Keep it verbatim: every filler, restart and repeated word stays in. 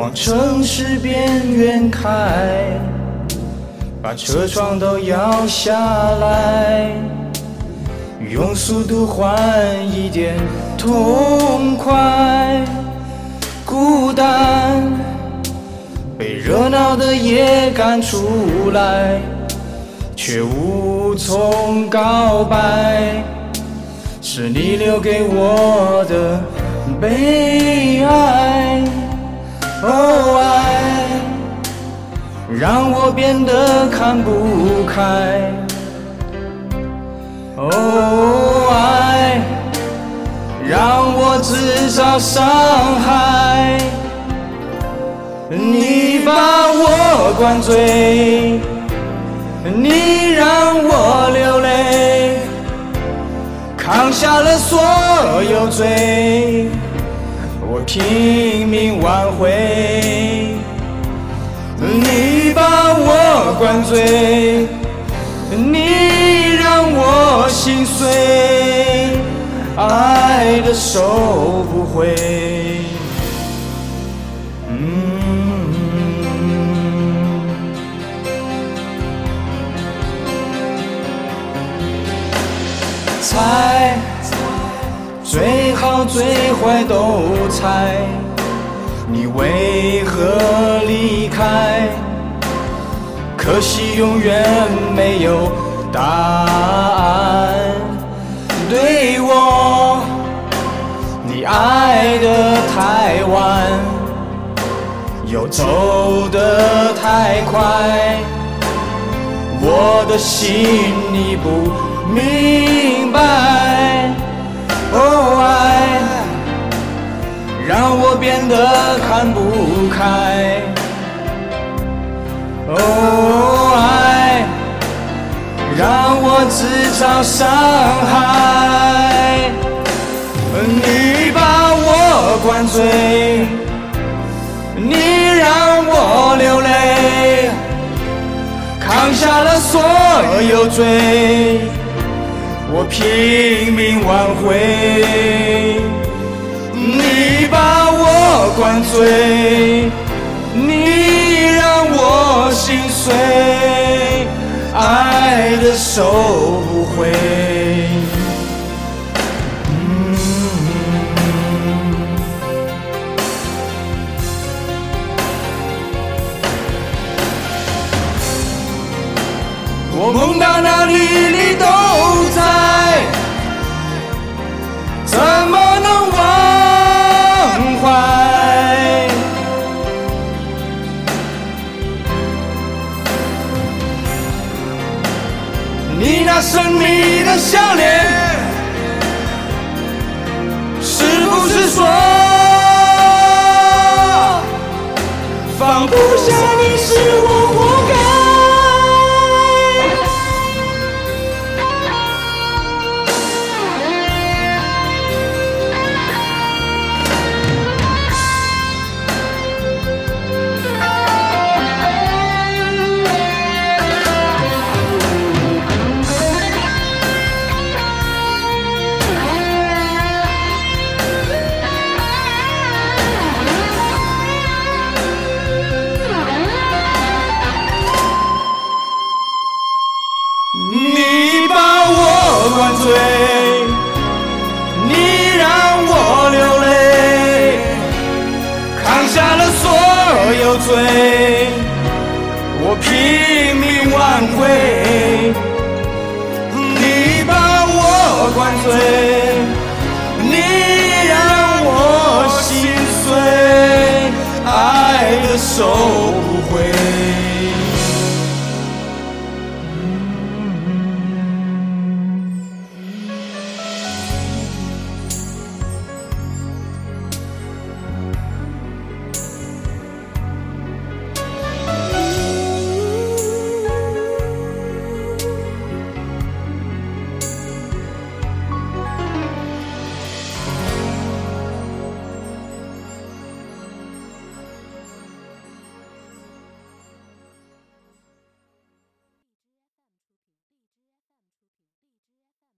往城市边缘开，把车窗都摇下来，用速度换一点痛快。孤单被热闹的夜赶出来，却无从告白，是你留给我的悲哀。哦，爱让我变得看不开。哦，爱让我制造伤害。你把我灌醉，你让我流泪，扛下了所有罪，我拼命挽回。你把我灌醉，你让我心碎，爱的收不回。嗯，猜，最好最坏都猜，你为何离开？可惜永远没有答案。对我，你爱得太晚，又走得太快，我的心你不明白。哦，爱让我变得看不开。哦，爱让我制造伤害。你把我灌醉，你让我流泪，扛下了所有罪，我拼命挽回。你把我灌醉，你让我心碎，爱的收不回。嗯，我梦到哪里你都在，怎么能忘怀？你那神秘的笑脸，是不是说放不下你是我活该？你把我灌醉，你让我流泪，扛下了所有罪，我拼命挽回。你把我灌醉，你让我心碎，爱的手